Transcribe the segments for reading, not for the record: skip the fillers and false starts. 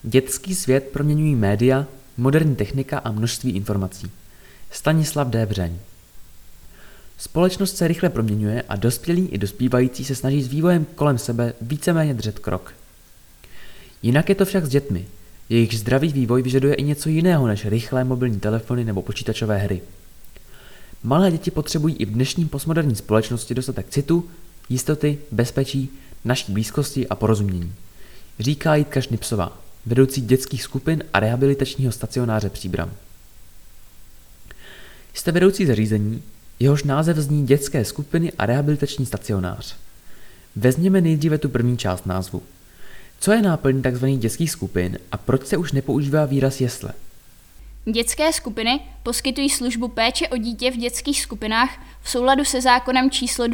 Dětský svět proměňují média, moderní technika a množství informací. Stanislav D. Břeň. Společnost se rychle proměňuje a dospělí i dospívající se snaží s vývojem kolem sebe víceméně držet krok. Jinak je to však s dětmi. Jejich zdravý vývoj vyžaduje i něco jiného než rychlé mobilní telefony nebo počítačové hry. Malé děti potřebují i v dnešní postmoderní společnosti dostatek citu, jistoty, bezpečí, naší blízkosti a porozumění. Říká Jitka Šnipsová, vedoucí dětských skupin a rehabilitačního stacionáře Příbram. Jste vedoucí zařízení, jehož název zní Dětské skupiny a rehabilitační stacionář. Vezměme nejdříve tu první část názvu. Co je náplň tzv. Dětských skupin a proč se už nepoužívá výraz jesle? Dětské skupiny poskytují službu péče o dítě v dětských skupinách v souladu se zákonem číslo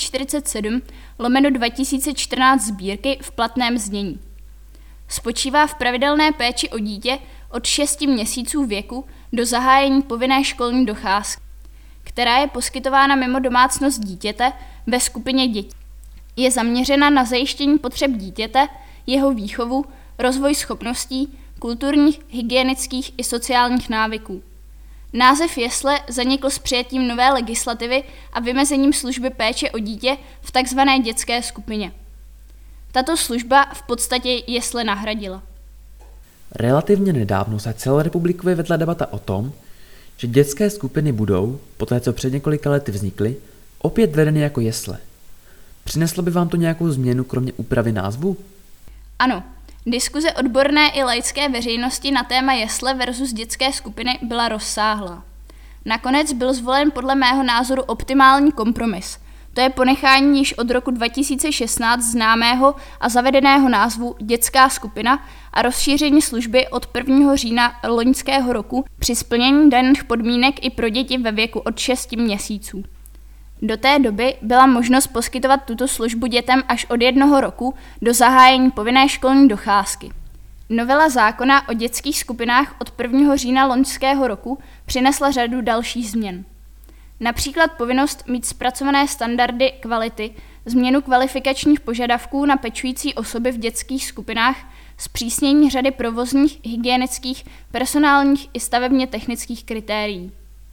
247/2014 Sbírky v platném znění. Spočívá v pravidelné péči o dítě od 6 měsíců věku do zahájení povinné školní docházky, která je poskytována mimo domácnost dítěte ve skupině dětí. Je zaměřena na zajištění potřeb dítěte, jeho výchovu, rozvoj schopností, kulturních, hygienických i sociálních návyků. Název jesle zanikl s přijetím nové legislativy a vymezením služby péče o dítě v tzv. Dětské skupině. Tato služba v podstatě jesle nahradila. Relativně nedávno se celorepublikově vedla debata o tom, že dětské skupiny budou, poté co před několika lety vznikly, opět vedeny jako jesle. Přineslo by vám to nějakou změnu kromě úpravy názvu? Ano, diskuze odborné i laické veřejnosti na téma jesle versus dětské skupiny byla rozsáhlá. Nakonec byl zvolen podle mého názoru optimální kompromis. To je ponechání již od roku 2016 známého a zavedeného názvu dětská skupina a rozšíření služby od 1. října loňského roku při splnění daných podmínek i pro děti ve věku od 6 měsíců. Do té doby byla možnost poskytovat tuto službu dětem až od 1 roku do zahájení povinné školní docházky. Novela zákona o dětských skupinách od 1. října loňského roku přinesla řadu dalších změn. Například povinnost mít zpracované standardy kvality, změnu kvalifikačních požadavků na pečující osoby v dětských skupinách, zpřísnění řady provozních, hygienických, personálních i stavebně technických kritérií.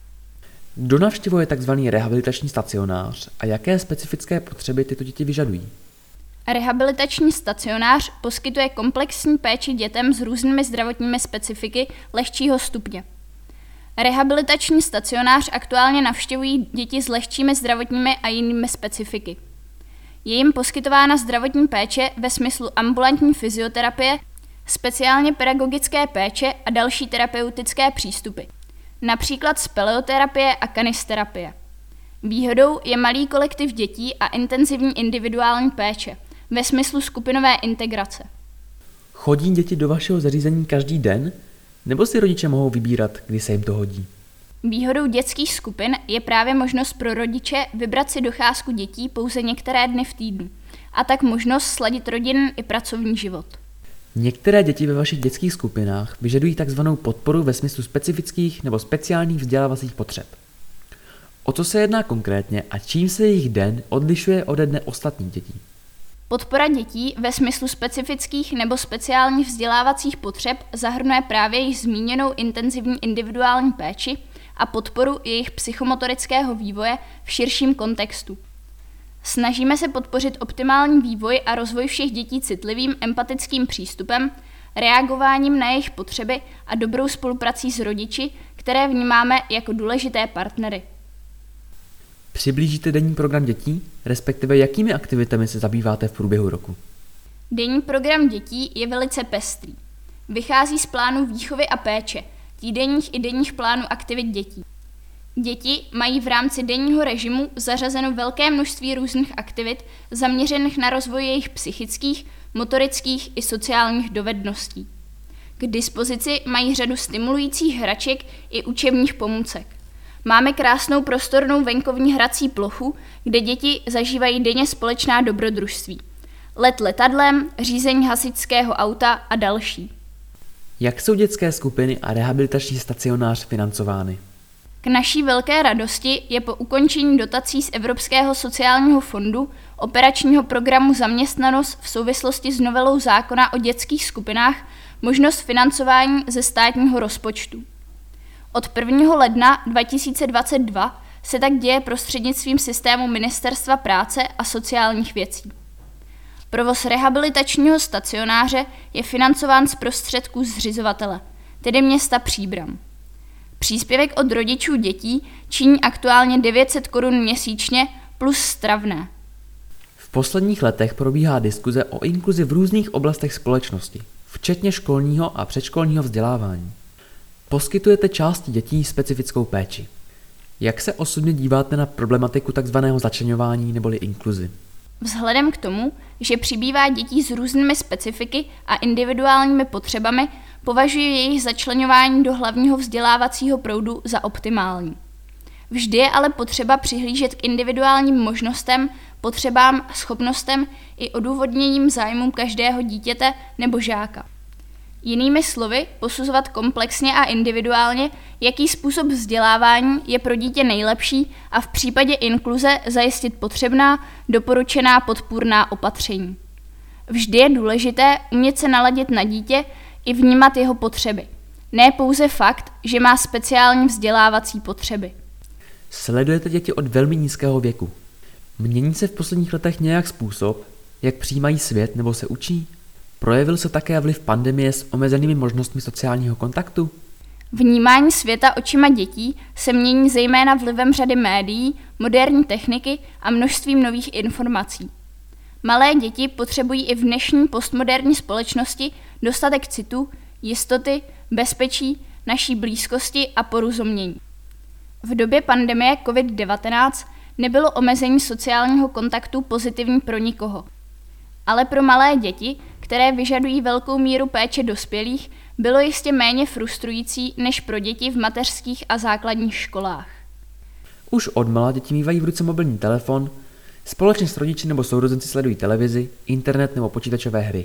Kdo navštěvuje tzv. Rehabilitační stacionář a jaké specifické potřeby tyto děti vyžadují? Rehabilitační stacionář poskytuje komplexní péči dětem s různými zdravotními specifiky lehčího stupně. Rehabilitační stacionář aktuálně navštěvují děti s lehčími zdravotními a jinými specifiky. Je jim poskytována zdravotní péče ve smyslu ambulantní fyzioterapie, speciálně pedagogické péče a další terapeutické přístupy, například speleoterapie a kanisterapie. Výhodou je malý kolektiv dětí a intenzivní individuální péče ve smyslu skupinové integrace. Chodí děti do vašeho zařízení každý den, nebo si rodiče mohou vybírat, kdy se jim to hodí? Výhodou dětských skupin je právě možnost pro rodiče vybrat si docházku dětí pouze některé dny v týdnu a tak možnost sladit rodinný i pracovní život. Některé děti ve vašich dětských skupinách vyžadují takzvanou podporu ve smyslu specifických nebo speciálních vzdělávacích potřeb. O co se jedná konkrétně a čím se jejich den odlišuje ode dne ostatních dětí? Podpora dětí ve smyslu specifických nebo speciálních vzdělávacích potřeb zahrnuje právě již zmíněnou intenzivní individuální péči a podporu jejich psychomotorického vývoje v širším kontextu. Snažíme se podpořit optimální vývoj a rozvoj všech dětí citlivým, empatickým přístupem, reagováním na jejich potřeby a dobrou spoluprací s rodiči, které vnímáme jako důležité partnery. Přiblížíte denní program dětí, respektive jakými aktivitami se zabýváte v průběhu roku? Denní program dětí je velice pestrý. Vychází z plánů výchovy a péče, týdenních i denních plánů aktivit dětí. Děti mají v rámci denního režimu zařazeno velké množství různých aktivit zaměřených na rozvoj jejich psychických, motorických i sociálních dovedností. K dispozici mají řadu stimulujících hraček i učebních pomůcek. Máme krásnou prostornou venkovní hrací plochu, kde děti zažívají denně společná dobrodružství. Let letadlem, řízení hasičského auta a další. Jak jsou dětské skupiny a rehabilitační stacionář financovány? K naší velké radosti je po ukončení dotací z Evropského sociálního fondu operačního programu Zaměstnanost v souvislosti s novelou zákona o dětských skupinách možnost financování ze státního rozpočtu. Od 1. ledna 2022 se tak děje prostřednictvím systému Ministerstva práce a sociálních věcí. Provoz rehabilitačního stacionáře je financován z prostředků zřizovatele, tedy města Příbram. Příspěvek od rodičů dětí činí aktuálně 900 Kč měsíčně plus stravné. V posledních letech probíhá diskuze o inkluzi v různých oblastech společnosti, včetně školního a předškolního vzdělávání. Poskytujete části dětí specifickou péči. Jak se osobně díváte na problematiku tzv. Začleňování neboli inkluzi? Vzhledem k tomu, že přibývá dětí s různými specifiky a individuálními potřebami, považuji jejich začleňování do hlavního vzdělávacího proudu za optimální. Vždy je ale potřeba přihlížet k individuálním možnostem, potřebám, schopnostem i odůvodněním zájmům každého dítěte nebo žáka. Jinými slovy, posuzovat komplexně a individuálně, jaký způsob vzdělávání je pro dítě nejlepší a v případě inkluze zajistit potřebná, doporučená podpůrná opatření. Vždy je důležité umět se naladit na dítě i vnímat jeho potřeby. Ne pouze fakt, že má speciální vzdělávací potřeby. Sledujete děti od velmi nízkého věku. Mění se v posledních letech nějak způsob, jak přijímají svět nebo se učí? Projevil se také vliv pandemie s omezenými možnostmi sociálního kontaktu? Vnímání světa očima dětí se mění zejména vlivem řady médií, moderní techniky a množstvím nových informací. Malé děti potřebují i v dnešní postmoderní společnosti dostatek citu, jistoty, bezpečí, naší blízkosti a porozumění. V době pandemie COVID-19 nebylo omezení sociálního kontaktu pozitivní pro nikoho. Ale pro malé děti, které vyžadují velkou míru péče dospělých, bylo jistě méně frustrující než pro děti v mateřských a základních školách. Už odmala děti mívají v ruce mobilní telefon, společně s rodiči nebo sourozenci sledují televizi, internet nebo počítačové hry.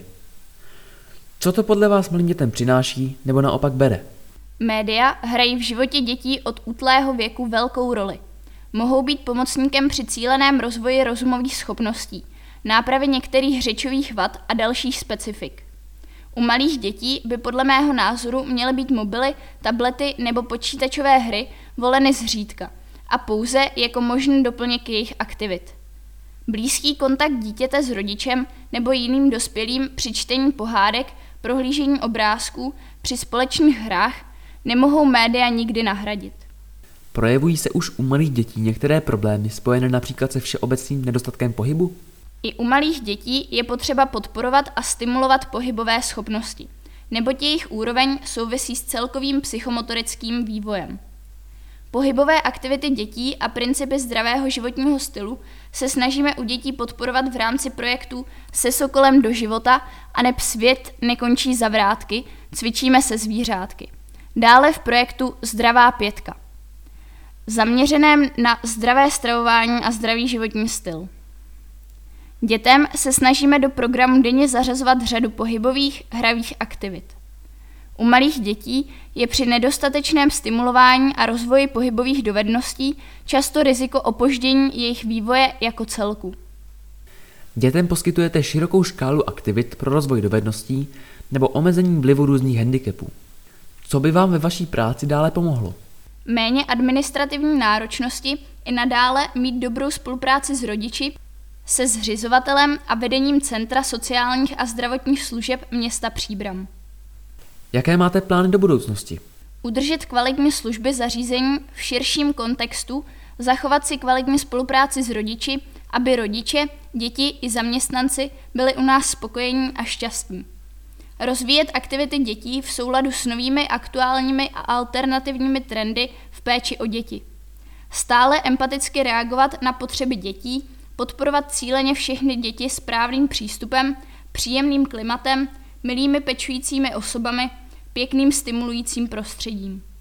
Co to podle vás malým dětem přináší nebo naopak bere? Média hrají v životě dětí od útlého věku velkou roli. Mohou být pomocníkem při cíleném rozvoji rozumových schopností, nápravě některých řečových vad a dalších specifik. U malých dětí by podle mého názoru měly být mobily, tablety nebo počítačové hry voleny zřídka a pouze jako možný doplněk jejich aktivit. Blízký kontakt dítěte s rodičem nebo jiným dospělým při čtení pohádek, prohlížení obrázků, při společných hrách nemohou média nikdy nahradit. Projevují se už u malých dětí některé problémy spojené například se všeobecným nedostatkem pohybu? I u malých dětí je potřeba podporovat a stimulovat pohybové schopnosti, neboť jejich úroveň souvisí s celkovým psychomotorickým vývojem. Pohybové aktivity dětí a principy zdravého životního stylu se snažíme u dětí podporovat v rámci projektu Se sokolem do života a neb svět nekončí za vrátky, cvičíme se zvířátky. Dále v projektu Zdravá pětka, zaměřeném na zdravé stravování a zdravý životní styl. Dětem se snažíme do programu denně zařazovat řadu pohybových, hravých aktivit. U malých dětí je při nedostatečném stimulování a rozvoji pohybových dovedností často riziko opoždění jejich vývoje jako celku. Dětem poskytujete širokou škálu aktivit pro rozvoj dovedností nebo omezení vlivu různých handicapů. Co by vám ve vaší práci dále pomohlo? Méně administrativní náročnosti i nadále mít dobrou spolupráci s rodiči, se zřizovatelem a vedením Centra sociálních a zdravotních služeb města Příbram. Jaké máte plány do budoucnosti? Udržet kvalitní služby zařízení v širším kontextu, zachovat si kvalitní spolupráci s rodiči, aby rodiče, děti i zaměstnanci byli u nás spokojení a šťastní. Rozvíjet aktivity dětí v souladu s novými aktuálními a alternativními trendy v péči o děti. Stále empaticky reagovat na potřeby dětí, podporovat cíleně všechny děti správným přístupem, příjemným klimatem, milými pečujícími osobami, pěkným stimulujícím prostředím.